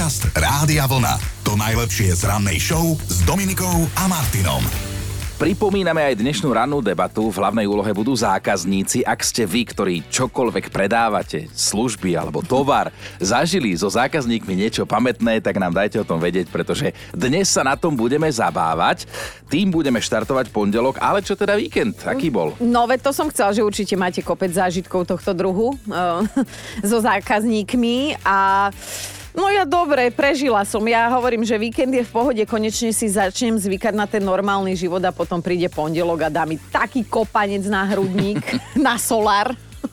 Podcast Rádia Vlna. To najlepšie z rannej show s Dominikou a Martinom. Pripomíname aj dnešnú rannú debatu. V hlavnej úlohe budú zákazníci. Ak ste vy, ktorí čokoľvek predávate, služby alebo tovar, zažili so zákazníkmi niečo pamätné, tak nám dajte o tom vedieť, pretože dnes sa na tom budeme zabávať. Tým budeme štartovať pondelok, ale čo teda víkend? Aký bol? No veď to som chcela, že určite máte kopec zážitkov tohto druhu so zákazníkmi a... No ja dobre, prežila som. Ja hovorím, že víkend je v pohode, konečne si začnem zvykať na ten normálny život a potom príde pondelok a dá mi taký kopanec na hrudník, na solár,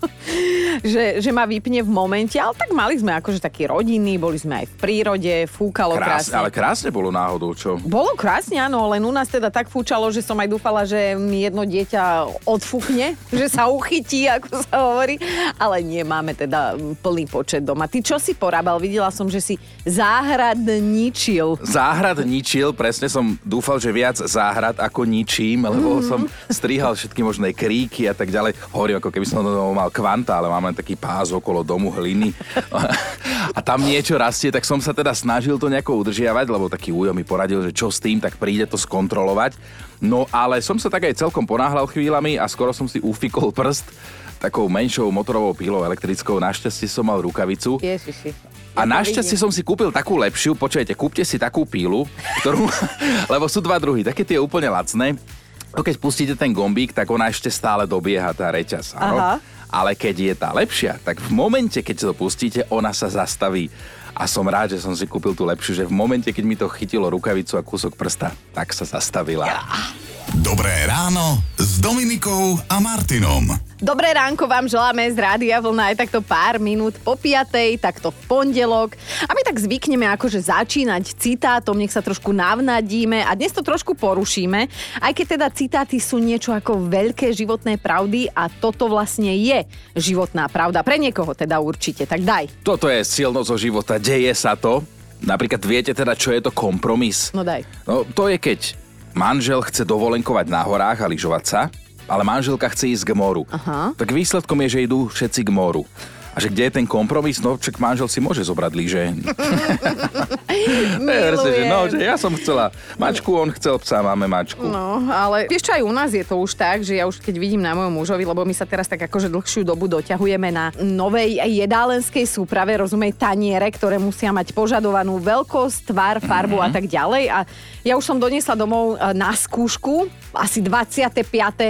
že ma vypne v momente. Ale tak mali sme akože taký rodinný, boli sme aj v prírode, fúkalo krásne. Ale krásne bolo náhodou, čo? Bolo krásne, áno, len u nás teda tak fúčalo, že som aj dúfala, že mi jedno dieťa odfúkne, že sa uchytí, ako sa hovorí. Ale nie, máme teda plný počet doma. Ty čo si porábal? Videla som, že si záhradničil. Záhradničil, presne som dúfal, že viac záhrad ako ničím, lebo som strihal všetky možné kríky a tak ďalej. Hovorím, ako keby som mal kvanta, ale mám len taký pás okolo domu hliny a tam niečo rastie, tak som sa teda snažil to nejako udržiavať, lebo taký ujo mi poradil, že čo s tým, tak príde to skontrolovať. No ale som sa tak aj celkom ponáhľal chvíľami a skoro som si ufikol prst takou menšou motorovou pílou elektrickou. Našťastie som mal rukavicu. Ježiši. A našťastie som si kúpil takú lepšiu. Počujete, kúpte si takú pílu, ktorú, lebo sú dva druhy, také tie úplne lacné. Keď pustíte ten gombík, tak ona ešte stále dobieha tá reťaz. Áno? Ale keď je tá lepšia, tak v momente, keď to pustíte, ona sa zastaví. A som rád, že som si kúpil tú lepšiu, že v momente, keď mi to chytilo rukavicu a kúsok prsta, tak sa zastavila. Dobré ráno s Dominikou a Martinom. Dobré ránko vám želáme z Rádia Vlna aj takto pár minút po 5:00, takto v pondelok. A my tak zvykneme akože začínať citátom, nech sa trošku navnadíme a dnes to trošku porušíme, aj keď teda citáty sú niečo ako veľké životné pravdy a toto vlastne je životná pravda. Pre niekoho teda určite, tak daj. Toto je silno zo života, deje sa to. Napríklad viete teda, čo je to kompromis? No daj. No to je, keď manžel chce dovolenkovať na horách a lyžovať sa, ale manželka chce ísť k moru. Aha. Tak výsledkom je, že idú všetci k moru. A že kde je ten kompromis? No, čak manžel si môže zobrať lyže. Milujem. Že ja som chcela mačku, on chcel psa, máme mačku. No, ale vieš čo, aj u nás je to už tak, že ja už keď vidím na mojom mužovi, lebo my sa teraz tak akože dlhšiu dobu doťahujeme na novej jedálenskej súprave, rozumej, taniere, ktoré musia mať požadovanú veľkosť, tvar, farbu a tak ďalej. A ja už som doniesla domov na skúšku asi 25.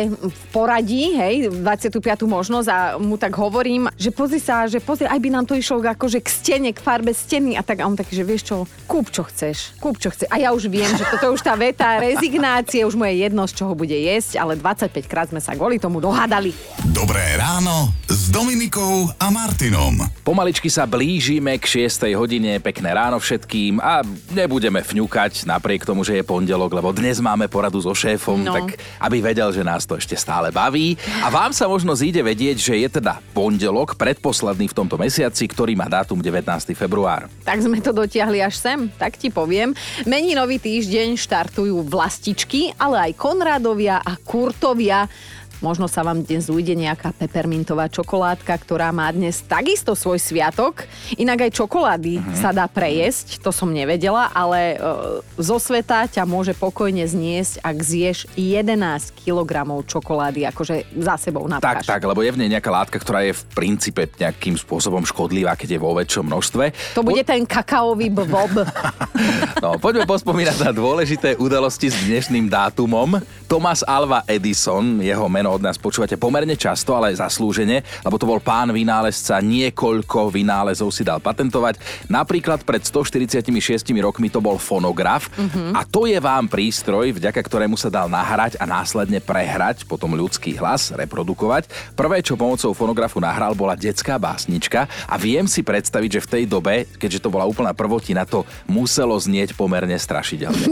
v poradí, hej, 25. možnosť a mu tak hovorím, že pozri, aj by nám to išlo akože k stene, k farbe steny a tak a on taký, že vieš čo, kúp čo chceš. A ja už viem, že toto je už tá veta rezignácie, už mu je jedno, z čoho bude jesť, ale 25 krát sme sa kvôli tomu dohádali. Dobré ráno s Dominikou a Martinom. Pomaličky sa blížime k 6. hodine, pekné ráno všetkým a nebudeme fňukať napriek tomu, že je pondelok, lebo dnes máme poradu so šéfom, tak aby vedel, že nás to ešte stále baví. A vám sa možno zíde vedieť, že je teda pondelok, predposledný v tomto mesiaci, ktorý má dátum 19. február. Tak sme to dotiahli až sem, tak ti poviem. Meninový týždeň štartujú Vlastičky, ale aj Konrádovia a Kurtovia. Možno sa vám dnes ujde nejaká pepermintová čokoládka, ktorá má dnes takisto svoj sviatok. Inak aj čokolády sa dá prejesť, to som nevedela, ale zo sveta ťa môže pokojne zniesť, ak zješ 11 kg čokolády, akože za sebou napáš. Tak, lebo je v nej nejaká látka, ktorá je v princípe nejakým spôsobom škodlivá, keď je vo väčšom množstve. To bude ten kakaový bvob. No, poďme pospomínať na dôležité udalosti s dnešným dátumom. Thomas Alva Edison, jeho meno od nás počúvate pomerne často, ale zaslúžene, lebo to bol pán vynálezca, niekoľko vynálezov si dal patentovať. Napríklad pred 146 rokmi to bol fonograf a to je vám prístroj, vďaka ktorému sa dal nahrať a následne prehrať, potom ľudský hlas, reprodukovať. Prvé, čo pomocou fonografu nahral, bola detská básnička a viem si predstaviť, že v tej dobe, keďže to bola úplná prvotina, to muselo znieť pomerne strašidelne.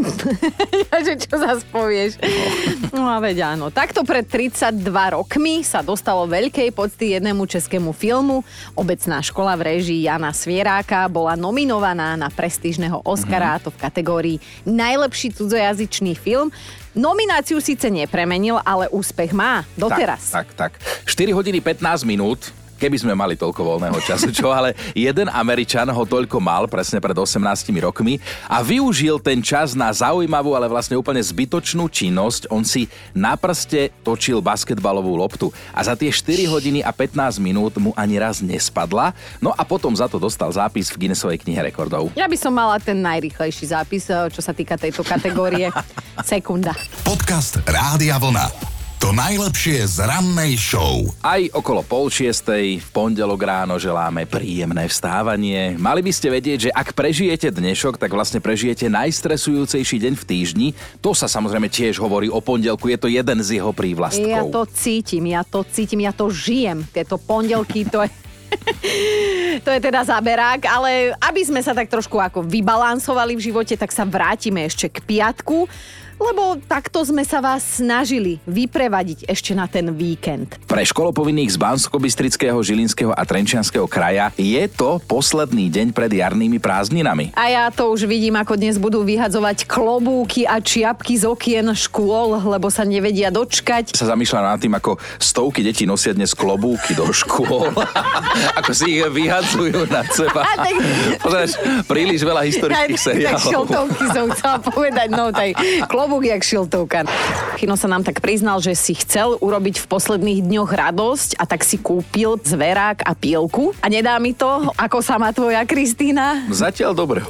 Čo zas povieš? No a veď áno. Takto pred 32 rokmi sa dostalo veľkej pocty jednému českému filmu. Obecná škola v réžii Jana Svieráka bola nominovaná na prestížneho Oscara, a to v kategórii Najlepší cudzojazyčný film. Nomináciu síce nepremenil, ale úspech má doteraz. Tak. 4 hodiny 15 minút. Keby sme mali toľko voľného času, čo? Ale jeden Američan ho toľko mal, presne pred 18 rokmi a využil ten čas na zaujímavú, ale vlastne úplne zbytočnú činnosť. On si na prste točil basketbalovú loptu a za tie 4 hodiny a 15 minút mu ani raz nespadla. No a potom za to dostal zápis v Guinnessovej knihe rekordov. Ja by som mala ten najrýchlejší zápis, čo sa týka tejto kategórie. Sekunda. Podcast Rádia Vlna. To najlepšie z rannej show. Aj okolo 5:30 v pondelok ráno želáme príjemné vstávanie. Mali by ste vedieť, že ak prežijete dnešok, tak vlastne prežijete najstresujúcejší deň v týždni. To sa samozrejme tiež hovorí o pondelku, je to jeden z jeho prívlastkov. Ja to cítim, ja to žijem. Tieto pondelky, to je... To je teda záberák, ale aby sme sa tak trošku ako vybalansovali v živote, tak sa vrátime ešte k piatku, lebo takto sme sa vás snažili vyprevadiť ešte na ten víkend. Pre školopovinných z Banskobystrického, Žilinského a Trenčianskeho kraja je to posledný deň pred jarnými prázdninami. A ja to už vidím, ako dnes budú vyhadzovať klobúky a čiapky z okien škôl, lebo sa nevedia dočkať. Sa zamýšľam nad tým, ako stovky detí nosia dnes klobúky do škôl. Ako si ich vyhadzujú nad seba. Pozrieš, príliš veľa historických seriálov. Tak šiltovky som chcela povedať, no taj klobúk jak šiltovka. Chino sa nám tak priznal, že si chcel urobiť v posledných dňoch radosť a tak si kúpil zverák a pielku. A nedá mi to, ako sa má tvoja Kristína? Zatiaľ dobre.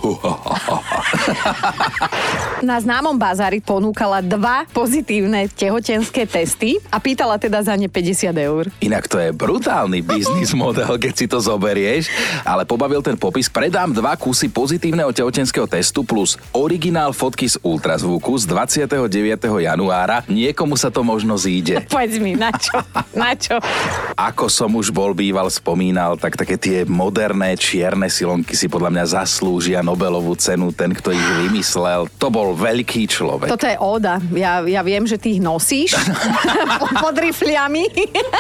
Na známom bazári ponúkala 2 pozitívne tehotenské testy a pýtala teda za ne 50 eur. Inak to je brutálny biznis model, keď si to zoberieš, ale pobavil ten popis. Predám 2 kusy pozitívneho tehotenského testu plus originál fotky z ultrazvuku z 29. januára. Niekomu sa to možno zíde. Povedz mi, na čo? Na čo? Ako som už býval spomínal, tak také tie moderné čierne silonky si podľa mňa zaslúžia Nobelovú cenu. Ten, kto ich vymyslel, to bol veľký človek. Toto je óda. Ja viem, že ty ich nosíš pod rifliami.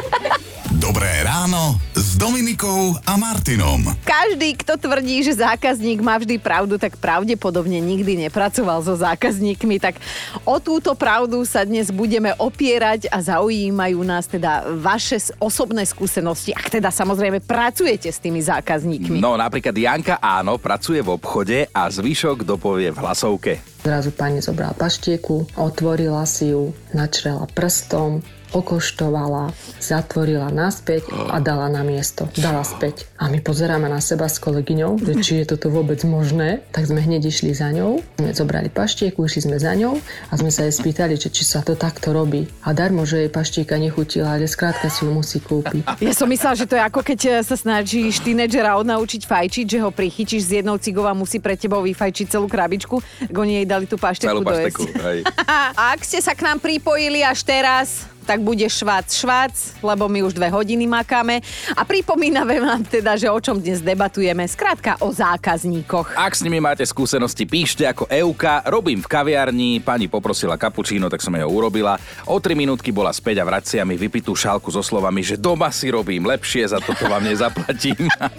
Dobré ráno s Dominikou a Martinom. Každý, kto tvrdí, že zákazník má vždy pravdu, tak pravdepodobne nikdy nepracoval so zákazníkmi. Tak o túto pravdu sa dnes budeme opierať a zaujímajú nás teda vaše osobné skúsenosti, ak teda samozrejme pracujete s tými zákazníkmi. No napríklad Janka áno, pracuje v obchode a zvyšok dopovie v hlasovke. Zrazu pani zobrala paštieku, otvorila si ju, načrela prstom, okoštovala, zatvorila naspäť a dala na miesto. Dala späť. A my pozeráme na seba s kolegyňou, že či je toto vôbec možné, tak sme hneď išli za ňou. My zobrali paštieku, išli sme za ňou a sme sa jej spýtali, či sa to takto robí. A darmo, že jej paštieka nechutila, ale skrátka si ju musí kúpiť. Ja som myslela, že to je ako keď sa snažíš tínedžera odnaučiť fajčiť, že ho prichytíš s jednou cigou a musí pre tebou vyfajčiť celú krabičku. Ak oni jej dali tú pašteku dojesť. A ak ste sa k nám pripojili až teraz, tak bude švác, lebo my už 2 hodiny makáme a pripomíname vám teda, že o čom dnes debatujeme, skrátka o zákazníkoch. Ak s nimi máte skúsenosti, píšte ako Euka, robím v kaviarni, pani poprosila kapučíno, tak som jej ho urobila, o 3 minútky bola späť a vracia mi vypitú šálku so slovami, že doma si robím lepšie, za toto vám nezaplatím.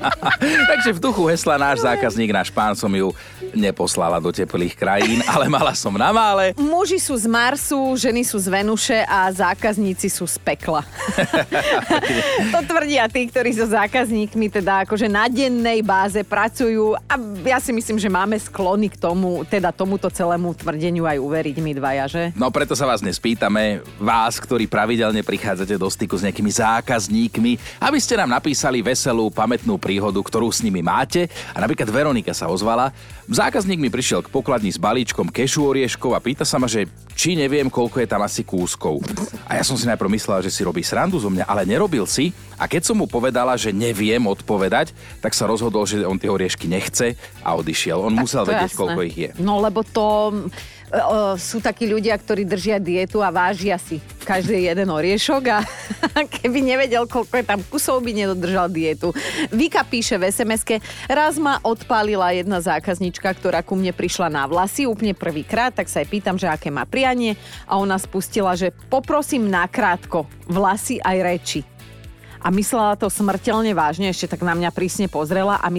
Takže v duchu hesla náš zákazník, náš pán, som ju neposlala do teplých krajín, ale mala som na mále. Muži sú z Marsu, ženy sú z Venuše a zákazníci sú z pekla. To tvrdia tí, ktorí so zákazníkmi teda akože na dennej báze pracujú a ja si myslím, že máme sklony k tomu, teda tomuto celému tvrdeniu aj uveriť my dvaja, že? No preto sa vás dnes pýtame, vás, ktorí pravidelne prichádzate do styku s nejakými zákazníkmi, aby ste nám napísali veselú, pamätnú príhodu, ktorú s nimi máte. A napríklad Veronika sa ozvala. Zákazník mi prišiel k pokladni s balíčkom kešu orieškov a pýta sa ma, že či neviem, koľko je tam asi kúskov. A ja som si najprv myslela, že si robí srandu zo mňa, ale nerobil si. A keď som mu povedala, že neviem odpovedať, tak sa rozhodol, že on tie oriešky nechce a odišiel. On musel vedieť, koľko ich je. No lebo to sú takí ľudia, ktorí držia dietu a vážia si každý jeden oriešok a keby nevedel, koľko je tam kusov, by nedodržal dietu. Vika píše v SMS-ke, raz ma odpálila jedna zákaznička, ktorá ku mne prišla na vlasy úplne prvýkrát, tak sa jej pýtam, že aké má prianie a ona spustila, že poprosím nakrátko vlasy aj reči. A myslela to smrteľne vážne, ešte tak na mňa prísne pozrela a my sme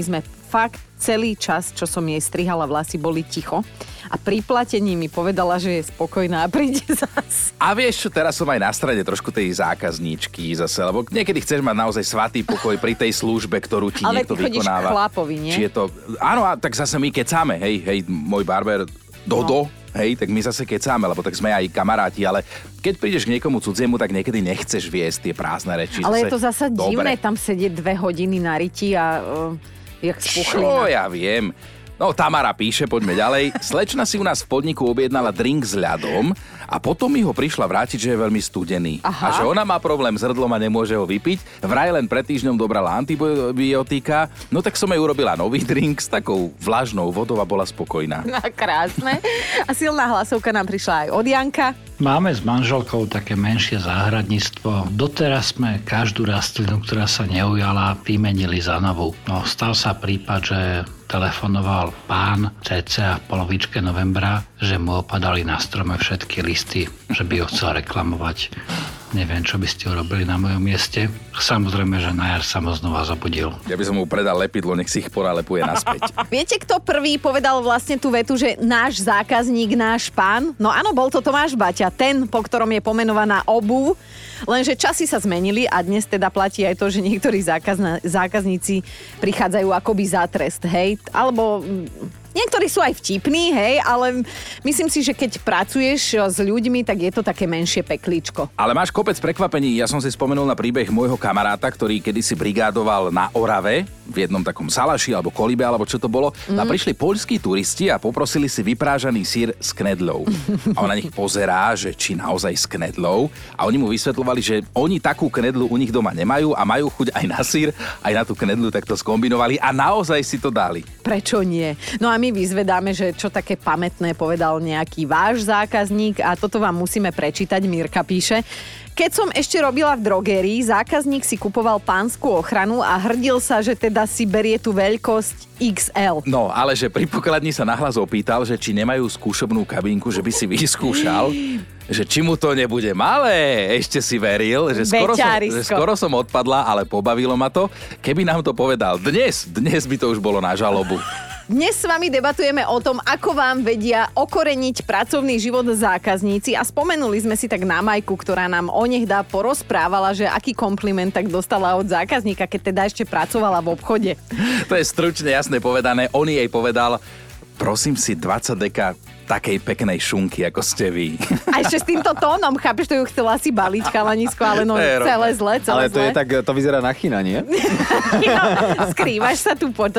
fakt celý čas, čo som jej strihala vlasy, boli ticho. A pri platení mi povedala, že je spokojná a príde zas. A vieš čo, teraz som aj na strane trošku tej zákazníčky zase, lebo niekedy chceš mať naozaj svatý pokoj pri tej službe, ktorú ti niekto vykonáva. Ale ty chodíš k chlapovi, nie? Či je to... Áno, a tak zase my kecáme, hej, môj barber Dodo, hej, tak my zase kecáme, lebo tak sme aj kamaráti, ale keď prídeš k niekomu cudziemu, tak niekedy nechceš viesť tie prázdne reči. Ale je to zasa divné tam sedieť 2 hodiny na riti a jak spuchlina. Čo ja viem. No, Tamara píše, poďme ďalej. Slečna si u nás v podniku objednala drink s ľadom a potom mi ho prišla vrátiť, že je veľmi studený. Aha. A že ona má problém s hrdlom a nemôže ho vypiť. Vraj len pred týždňom dobrala antibiotika. No tak som jej urobila nový drink s takou vlažnou vodou a bola spokojná. No, krásne. A silná hlasovka nám prišla aj od Janka. Máme s manželkou také menšie záhradníctvo. Doteraz sme každú rastlinu, ktorá sa neujala, vymenili za novú. No, stal sa prípad, že telefonoval pán cca v polovičke novembra, že mu opadali na strome všetky listy, že by ho chcel reklamovať. Neviem, čo by ste urobili na mojom mieste. Samozrejme, že na jar sa mu znova zobudil. Ja by som mu predal lepidlo, nech si ich ponalepuje naspäť. Viete, kto prvý povedal vlastne tú vetu, že náš zákazník, náš pán? No áno, bol to Tomáš Baťa, ten, po ktorom je pomenovaná obuv. Lenže časy sa zmenili a dnes teda platí aj to, že niektorí zákazníci prichádzajú akoby za trest, hej? Alebo niektorí sú aj vtipní, hej, ale myslím si, že keď pracuješ s ľuďmi, tak je to také menšie peklíčko. Ale máš kopec prekvapení. Ja som si spomenul na príbeh môjho kamaráta, ktorý kedysi brigádoval na Orave, v jednom takom salaši alebo kolibe, alebo čo to bolo. A prišli poľskí turisti a poprosili si vyprážaný syr s knedlou. A on na nich pozerá, že či naozaj s knedlou. A oni mu vysvetľovali, že oni takú knedlu u nich doma nemajú a majú chuť aj na syr, aj na tú knedlu, tak to skombinovali a naozaj si to dali. Prečo nie? No a my vyzvedáme, že čo také pamätné povedal nejaký váš zákazník a toto vám musíme prečítať. Mirka píše: keď som ešte robila v drogérii, zákazník si kupoval pánsku ochranu a hrdil sa, že teda si berie tú veľkosť XL. No, ale že pri pokladni sa nahlas opýtal, že či nemajú skúšobnú kabinku, že by si vyskúšal, že či mu to nebude malé. Ešte si veril, že skoro som odpadla, ale pobavilo ma to. Keby nám to povedal dnes by to už bolo na žalobu. Dnes s vami debatujeme o tom, ako vám vedia okoreniť pracovný život zákazníci a spomenuli sme si tak na Majku, ktorá nám onehda porozprávala, že aký kompliment tak dostala od zákazníka, keď teda ešte pracovala v obchode. To je stručne jasne povedané. On jej povedal: prosím si 20 deka takej peknej šunky, ako ste vy. A ešte s týmto tónom, chápeš, to ju chcela si baliť, chalanisko, ale no celé zle. Ale to je tak, to vyzerá na Chyna, nie? No, skrývaš sa tu pod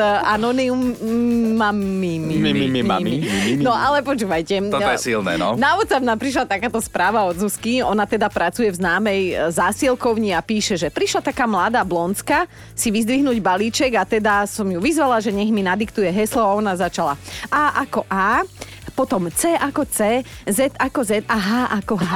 anonymami. No ale počúvajte. Toto je silné, no. Na WhatsApp nám prišla takáto správa od Zuzky. Ona teda pracuje v známej zásielkovni a píše, že prišla taká mladá blondská si vyzdvihnúť balíček a teda som ju vyzvala, že nech mi nadiktuje heslo a ona začala A ako A, potom C ako C, Z ako Z a H ako H.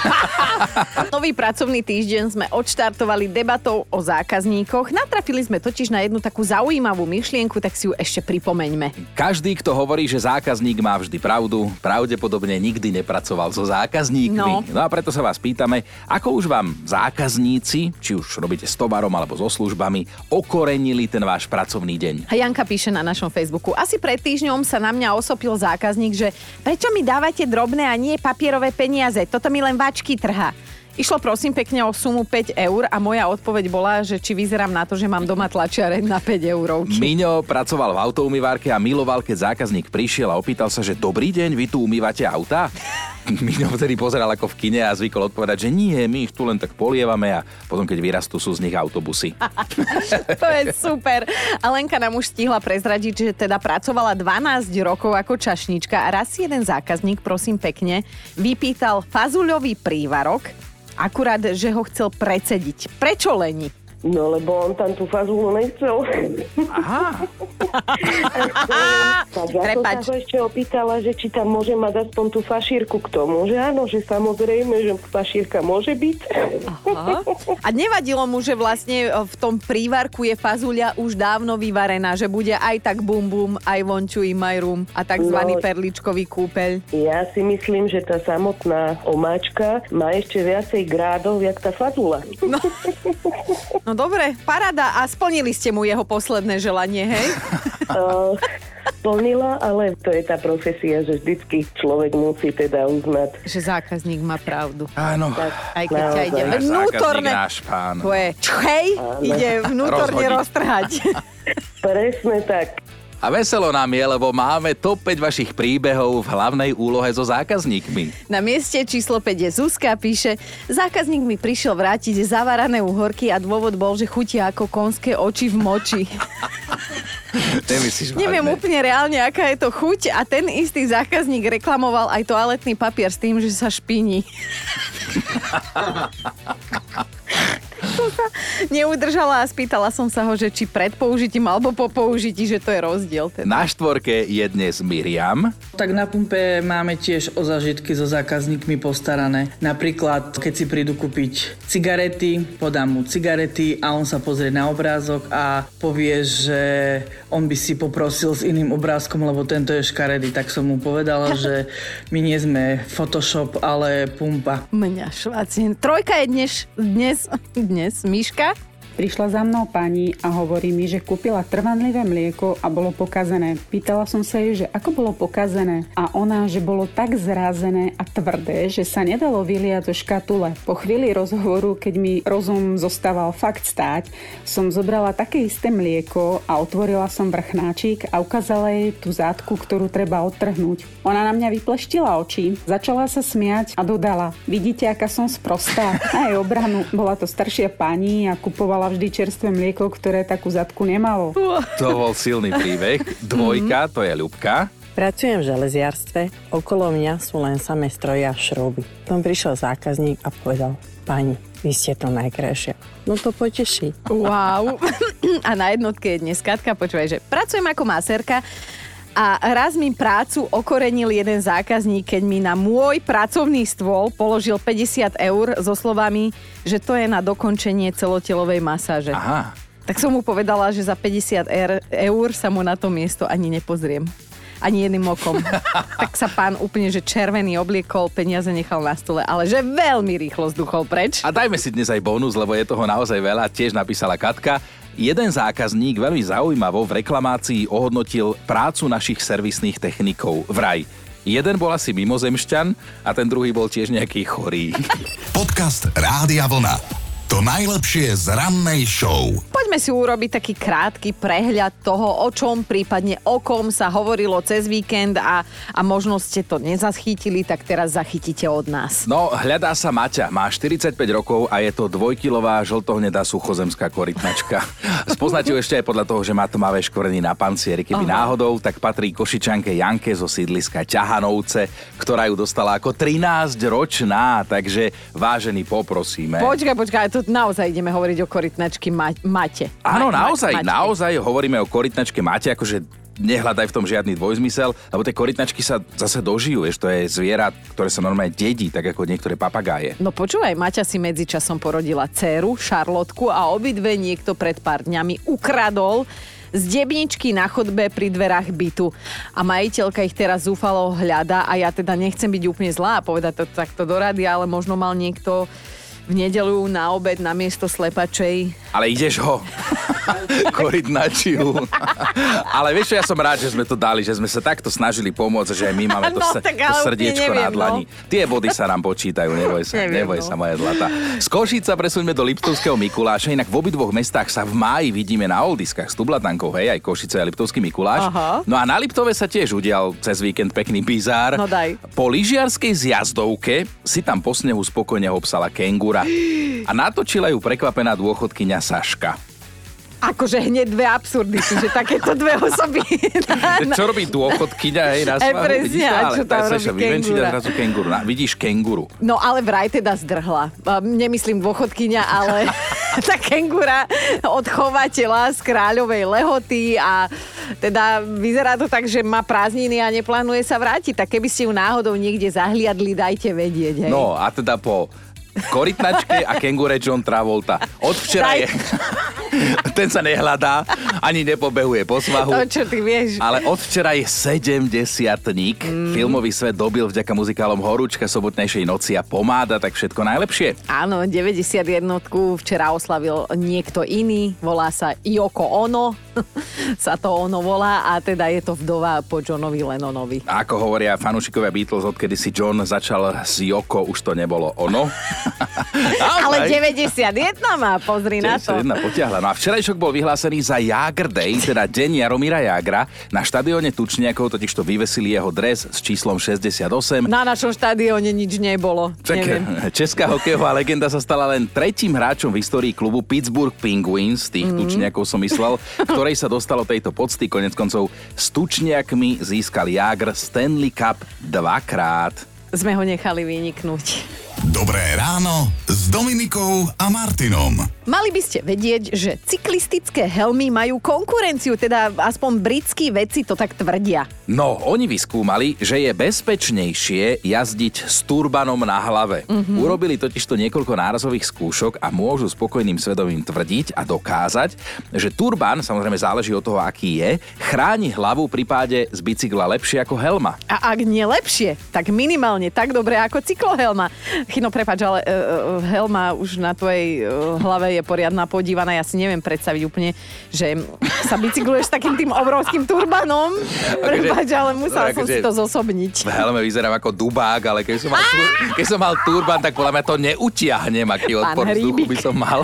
Nový pracovný týždeň sme odštartovali debatou o zákazníkoch. Natrafili sme totiž na jednu takú zaujímavú myšlienku, tak si ju ešte pripomeňme. Každý, kto hovorí, že zákazník má vždy pravdu, pravdepodobne nikdy nepracoval so zákazníkmi. No a preto sa vás pýtame, ako už vám zákazníci, či už robíte s tovarom alebo so službami, okorenili ten váš pracovný deň. A Janka píše na našom Facebooku: asi pred týždňom sa na mňa osopil zákazník, že prečo mi dávate drobné a nie papierové peniaze? Toto mi len váčky trhá. Išlo prosím pekne o sumu 5 eur a moja odpoveď bola, že či vyzerám na to, že mám doma tlačiareň na 5 eurovky. Miňo pracoval v autoumývárke a miloval, keď zákazník prišiel a opýtal sa, že dobrý deň, vy tu umývate autá? Miňo vtedy pozeral ako v kine a zvykol odpovedať, že nie, my ich tu len tak polievame a potom, keď vyrastú, sú z nich autobusy. To je super. A Lenka nám už stihla prezradiť, že teda pracovala 12 rokov ako čašnička a raz si jeden zákazník, prosím pekne, vypýtal fazuľový prívarok, akurát, že ho chcel predsediť. Prečo leni? No, lebo on tam tú fazulu nechcel. Aha. Tak ja som sa ho ešte opýtala, že či tam môže mať aspoň tú fašírku k tomu. Že áno, že samozrejme, že fašírka môže byť. Aha. A nevadilo mu, že vlastne v tom prívarku je fazuľa už dávno vyvarená, že bude aj tak bum bum, I want you in my room a takzvaný perličkový kúpeľ. Ja si myslím, že tá samotná omáčka má ešte viacej grádov, jak tá fazula. No dobre, paráda a splnili ste mu jeho posledné želanie, hej? Splnila, ale to je tá profesia, že vždycky človek musí teda uznať. Že zákazník má pravdu. Áno. Aj keď ťa ide Náš vnútorne... zákazník, náš pán. Ide vnútorne Rozhodiť. roztrhať. Presne tak. A veselo nám je, lebo máme top 5 vašich príbehov v hlavnej úlohe so zákazníkmi. Na mieste číslo 5 je Zuzka, píše: zákazník mi prišiel vrátiť zavarané uhorky a dôvod bol, že chutia ako konské oči v moči. Nemyslíš Neviem vážne? úplne reálne, aká je to chuť, a ten istý zákazník reklamoval aj toaletný papier s tým, že sa špiní. Som sa neudržala a spýtala som sa ho, že či pred použitím alebo po použití, že to je rozdiel. Teda. Na štvorke je dnes Miriam. Tak na pumpe máme tiež o zážitky so zákazníkmi postarané. Napríklad, keď si prídu kúpiť cigarety, podám mu cigarety a on sa pozrie na obrázok a povie, že on by si poprosil s iným obrázkom, lebo tento je škaredý. Tak som mu povedala, že my nie sme Photoshop, ale pumpa. Mňa švacien. Trojka je dnes Miška. Prišla za mnou pani a hovorí mi, že kúpila trvanlivé mlieko a bolo pokazené. Pýtala som sa jej, že ako bolo pokazené, a ona, že bolo tak zrázené a tvrdé, že sa nedalo vyliať zo škatule. Po chvíli rozhovoru, keď mi rozum zostával fakt stáť, som zobrala také isté mlieko a otvorila som vrchnáčik a ukázala jej tú zátku, ktorú treba odtrhnúť. Ona na mňa vypleštila oči, začala sa smiať a dodala: vidíte, aká som sprostá? Na jej obranu, bola to staršia pani a kupovala vždy čerstvé mlieko, ktoré takú zadku nemalo. To bol silný príbeh. Dvojka, to je Ľubka. Pracujem v železiarstve, okolo mňa sú len samé stroje a šrouby. Tam prišiel zákazník a povedal: pani, vy ste to najkrajšia. No to poteší. Wow. A na jednotke je dnes Katka, počúvaj, že pracujem ako masérka a raz mi prácu okorenil jeden zákazník, keď mi na môj pracovný stôl položil 50 eur so slovami, že to je na dokončenie celotelovej masáže. Aha. Tak som mu povedala, že za 50 eur sa mu na to miesto ani nepozriem. Ani jedným okom. Tak sa pán úplne, že červený obliekol, peniaze nechal na stole, ale že veľmi rýchlo zduchol preč. A dajme si dnes aj bonus, lebo je toho naozaj veľa. Tiež napísala Katka. Jeden zákazník veľmi zaujímavo v reklamácii ohodnotil prácu našich servisných technikov. Vraj, jeden bol asi mimozemšťan a ten druhý bol tiež nejaký chorý. Podcast Rádia Vlna. To najlepšie z rannej show. Poďme si urobiť taký krátky prehľad toho, o čom, prípadne o kom sa hovorilo cez víkend a možno ste to nezachytili, tak teraz zachytíte od nás. No, hľadá sa Maťa, má 45 rokov a je to 2-kilová žltohnedá suchozemská korytnačka. Spoznáte ju ešte aj podľa toho, že má tmavé škvrny na pancieri. Keby náhodou, tak patrí Košičanke Janke zo sídliska Ťahanovce, ktorá ju dostala ako 13-ročná, takže vážení, poprosíme. Počkaj, to naozaj ideme hovoriť o korytnačky Mate. Áno, naozaj hovoríme o korytnačke Mate, akože nehľadaj v tom žiadny dvojzmysel, lebo tie korytnačky sa zase dožijú, to je zviera, ktoré sa normálne dedí, tak ako niektoré papagáje. No počúvaj, Maťa si medzičasom porodila dcéru, Šarlotku, a obidve niekto pred pár dňami ukradol z debničky na chodbe pri dverách bytu. A majiteľka ich teraz zúfalo hľada a ja teda nechcem byť úplne zlá a povedať to takto do rady, ale možno mal niekto v nedeľu na obed na miesto slepačej. Ale ideš ho korytnačiu. Ale vieš čo, ja som rád, že sme to dali, že sme sa takto snažili pomôcť, že aj my máme to srdiečko na dlani. Tie body sa nám počítajú, neboj sa moja zlatá. Z Košíc sa presuňme do Liptovského Mikuláša, inak v obidvoch mestách sa v máji vidíme na oldiskách s Tublatankou, hej, aj Košice a Liptovský Mikuláš. Aha. No a na Liptove sa tiež udial cez víkend pekný bizár. No daj. Po lyžiarskej zjazdovke si tam po snehu spokojne hopsala kengura. A natočila ju prekvapená dôchodkyňa Saška. Akože hneď dve absurdity, že takéto dve osoby. Čo robí dôchodkyňa, hej, na svahu? Presne, a čo tam robí kengura. Vidíš kenguru. No ale vraj teda zdrhla. Nemyslím dôchodkyňa, ale tá kengura od chovateľa z Kráľovej Lehoty a teda vyzerá to tak, že má prázdniny a neplánuje sa vrátiť. Tak keby ste ju náhodou niekde zahliadli, dajte vedieť, hej. No a teda po korytnačke a kengure John Travolta. Od včera je... Ten sa nehľadá, ani nepobehuje po svahu. To, čo ty vieš. Ale od včera je 70-tník. Filmový svet dobil vďaka muzikálom Horúčka, Sobotnejšej noci a Pomáda, tak všetko najlepšie. Áno, 91-tku včera oslavil niekto iný, volá sa Yoko Ono. sa to ono volá a teda je to vdova po Johnovi Lennonovi. A ako hovoria fanúšikovia Beatles, odkedy si John začal s Yoko, už to nebolo ono. Ale 91 má, pozri na to. 91 potiahla. No a včerajšok bol vyhlásený za Jágr Day, teda deň Jaromíra Jágra. Na štadióne Tučniakov totižto vyvesili jeho dres s číslom 68. Na našom štadióne nič nebolo. Česká hokejová legenda sa stala len tretím hráčom v histórii klubu Pittsburgh Penguins, tých Tučniakov som myslel, ktorej sa dostalo tejto pocty. Konec koncov s Tučniakmi získal Jágr Stanley Cup 2-krát. Sme ho nechali vyniknúť. Dobré ráno s Dominikou a Martinom. Mali by ste vedieť, že cyklistické helmy majú konkurenciu, teda aspoň britskí vedci to tak tvrdia. No, oni vyskúmali, že je bezpečnejšie jazdiť s turbanom na hlave. Urobili totižto niekoľko nárazových skúšok a môžu spokojným svedomím tvrdiť a dokázať, že turban, samozrejme záleží od toho, aký je, chráni hlavu pri páde z bicykla lepšie ako helma. A ak nie lepšie, tak minimálne tak dobre ako cyklohelma. Chino, prepáč, ale helma už na tvojej hlave je poriadna podívaná. Ja si neviem predstaviť úplne, že sa bicykluješ s takým tým obrovským turbanom. Prepáč, ale musela som si to zosobniť. V helme vyzerám ako dubák, ale keď som mal turban, tak podľa mňa to neutiahnem, aký odpor vzduchu by som mal.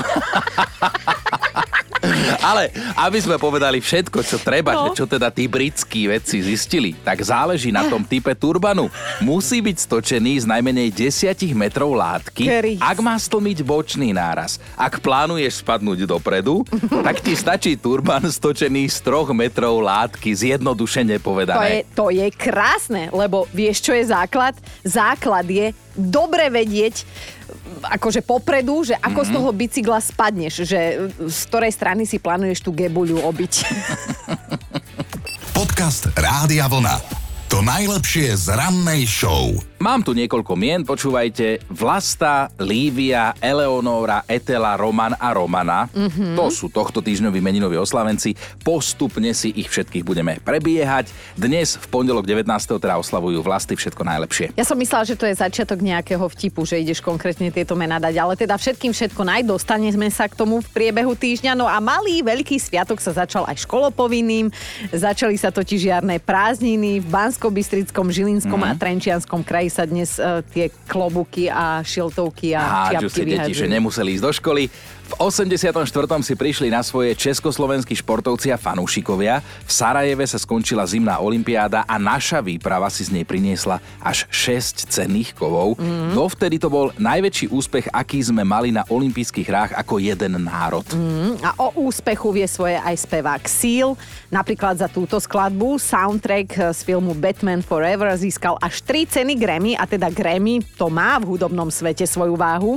Ale aby sme povedali všetko, čo treba, že čo teda tí britskí vedci zistili, tak záleží na tom type turbanu. Musí byť stočený z najmenej 10 metrov látky, ak má stlmiť bočný náraz. Ak plánuješ spadnúť dopredu, tak ti stačí turban stočený z 3 metrov látky, zjednodušene povedané. To je krásne, lebo vieš, čo je základ? Základ je dobre vedieť, akože popredu, že ako z toho bicykla spadneš, že z ktorej strany si plánuješ tú gebuľu obiť. Podcast Rádia Vlna. To najlepšie z rannej show. Mám tu niekoľko mien, počúvajte. Vlasta, Lívia, Eleonóra, Etela, Roman a Romana. To sú tohto týždňoví meninoví oslavenci. Postupne si ich všetkých budeme prebiehať. Dnes, v pondelok 19. teda oslavujú Vlasty, všetko najlepšie. Ja som myslela, že to je začiatok nejakého vtipu, že ideš konkrétne tieto mená dať, ale teda všetkým všetko dostaneme sa k tomu v priebehu týždňa. No a malý, veľký sviatok sa začal aj školopovinným. Začali sa totiž jarné prázdniny v Banskobystrickom, Žilinskom a Trenčianskom kraji sa dnes tie klobuky a šiltovky a čiapky vyhadzujú. Deti, že nemuseli ísť do školy. V 84. si prišli na svoje československí športovci a fanúšikovia. V Sarajeve sa skončila zimná olympiáda a naša výprava si z nej priniesla až 6 cenných kovov. Dovtedy to bol najväčší úspech, aký sme mali na olympijských hrách ako jeden národ. A o úspechu vie svoje aj spevák Seal. Napríklad za túto skladbu soundtrack z filmu Batman Forever získal až 3 ceny Grammy, a teda Grammy to má v hudobnom svete svoju váhu.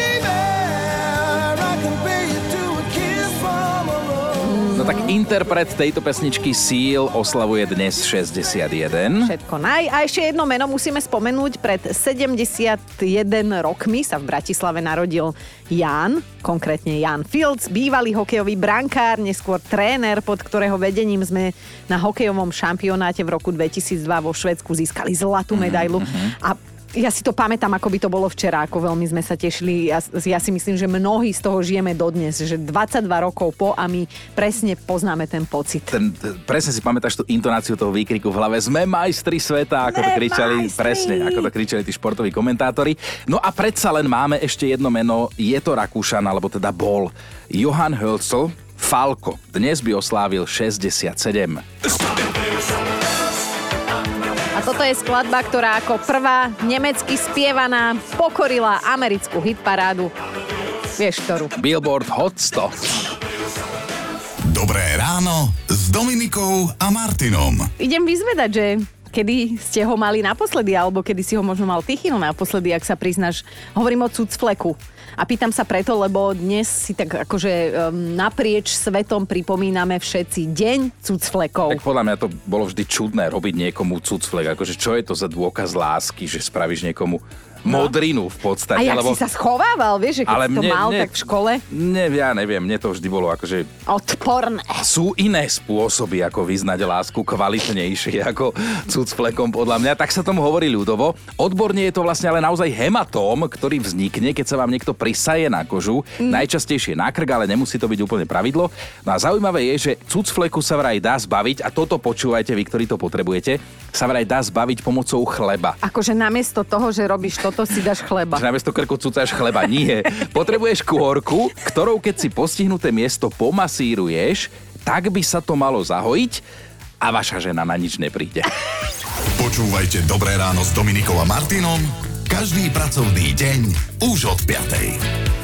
No tak interpret tejto pesničky Seal oslavuje dnes 61. Všetko naj. A ešte jedno meno musíme spomenúť. Pred 71 rokmi sa v Bratislave narodil Jan, konkrétne Jan Fields, bývalý hokejový brankár, neskôr tréner, pod ktorého vedením sme na hokejovom šampionáte v roku 2002 vo Švédsku získali zlatú medailu. A ja si to pamätám, ako by to bolo včera, ako veľmi sme sa tešili. Ja si myslím, že mnohí z toho žijeme dodnes, že 22 rokov po a my presne poznáme ten pocit. Presne si pamätáš tú intonáciu toho výkriku v hlave. Sme majstri sveta, ako to kričali, presne, ako to kričali tí športoví komentátori. No a predsa len máme ešte jedno meno, je to Rakúšan, alebo teda bol. Johann Hölzl, Falko. Dnes by oslávil 67. Toto je skladba, ktorá ako prvá nemecky spievaná pokorila americkú hitparádu. Vieš ktorú? Billboard Hot 100. Dobré ráno s Dominikou a Martinom. Idem vyzvedať, že kedy ste ho mali naposledy, alebo kedy si ho možno mal ty, Chino, naposledy, ak sa priznáš. Hovorím o cucfleku. A pýtam sa preto, lebo dnes si tak akože naprieč svetom pripomíname všetci deň cucflekov. Tak podľa mňa to bolo vždy čudné robiť niekomu cucflek. Akože čo je to za dôkaz lásky, že spravíš niekomu modrinu v podstate. A jak si sa schovával, vieš, že keď si to mal tak v škole? Ja neviem, mne to vždy bolo akože... Odporné. Sú iné spôsoby, ako vyznať lásku, kvalitnejšie ako cucflekom podľa mňa. Tak sa tomu hovorí ľudovo. Odborne je to vlastne ale naozaj hematóm, ktorý vznikne, keď sa vám niekto prisaje na kožu. Najčastejšie na krk, ale nemusí to byť úplne pravidlo. No a zaujímavé je, že cucfleku sa vraj dá zbaviť, a toto počúvajte vy, ktorí to potrebujete, sa vraj dá zbaviť pomocou chleba. Akože namiesto toho, že robíš toto, si dáš chleba. Že namiesto krku cucáš chleba. Nie. Potrebuješ kôrku, ktorou keď si postihnuté miesto pomasíruješ, tak by sa to malo zahojiť a vaša žena na nič nepríde. Počúvajte Dobré ráno s Dominikou a Martinom každý pracovný deň už od 5.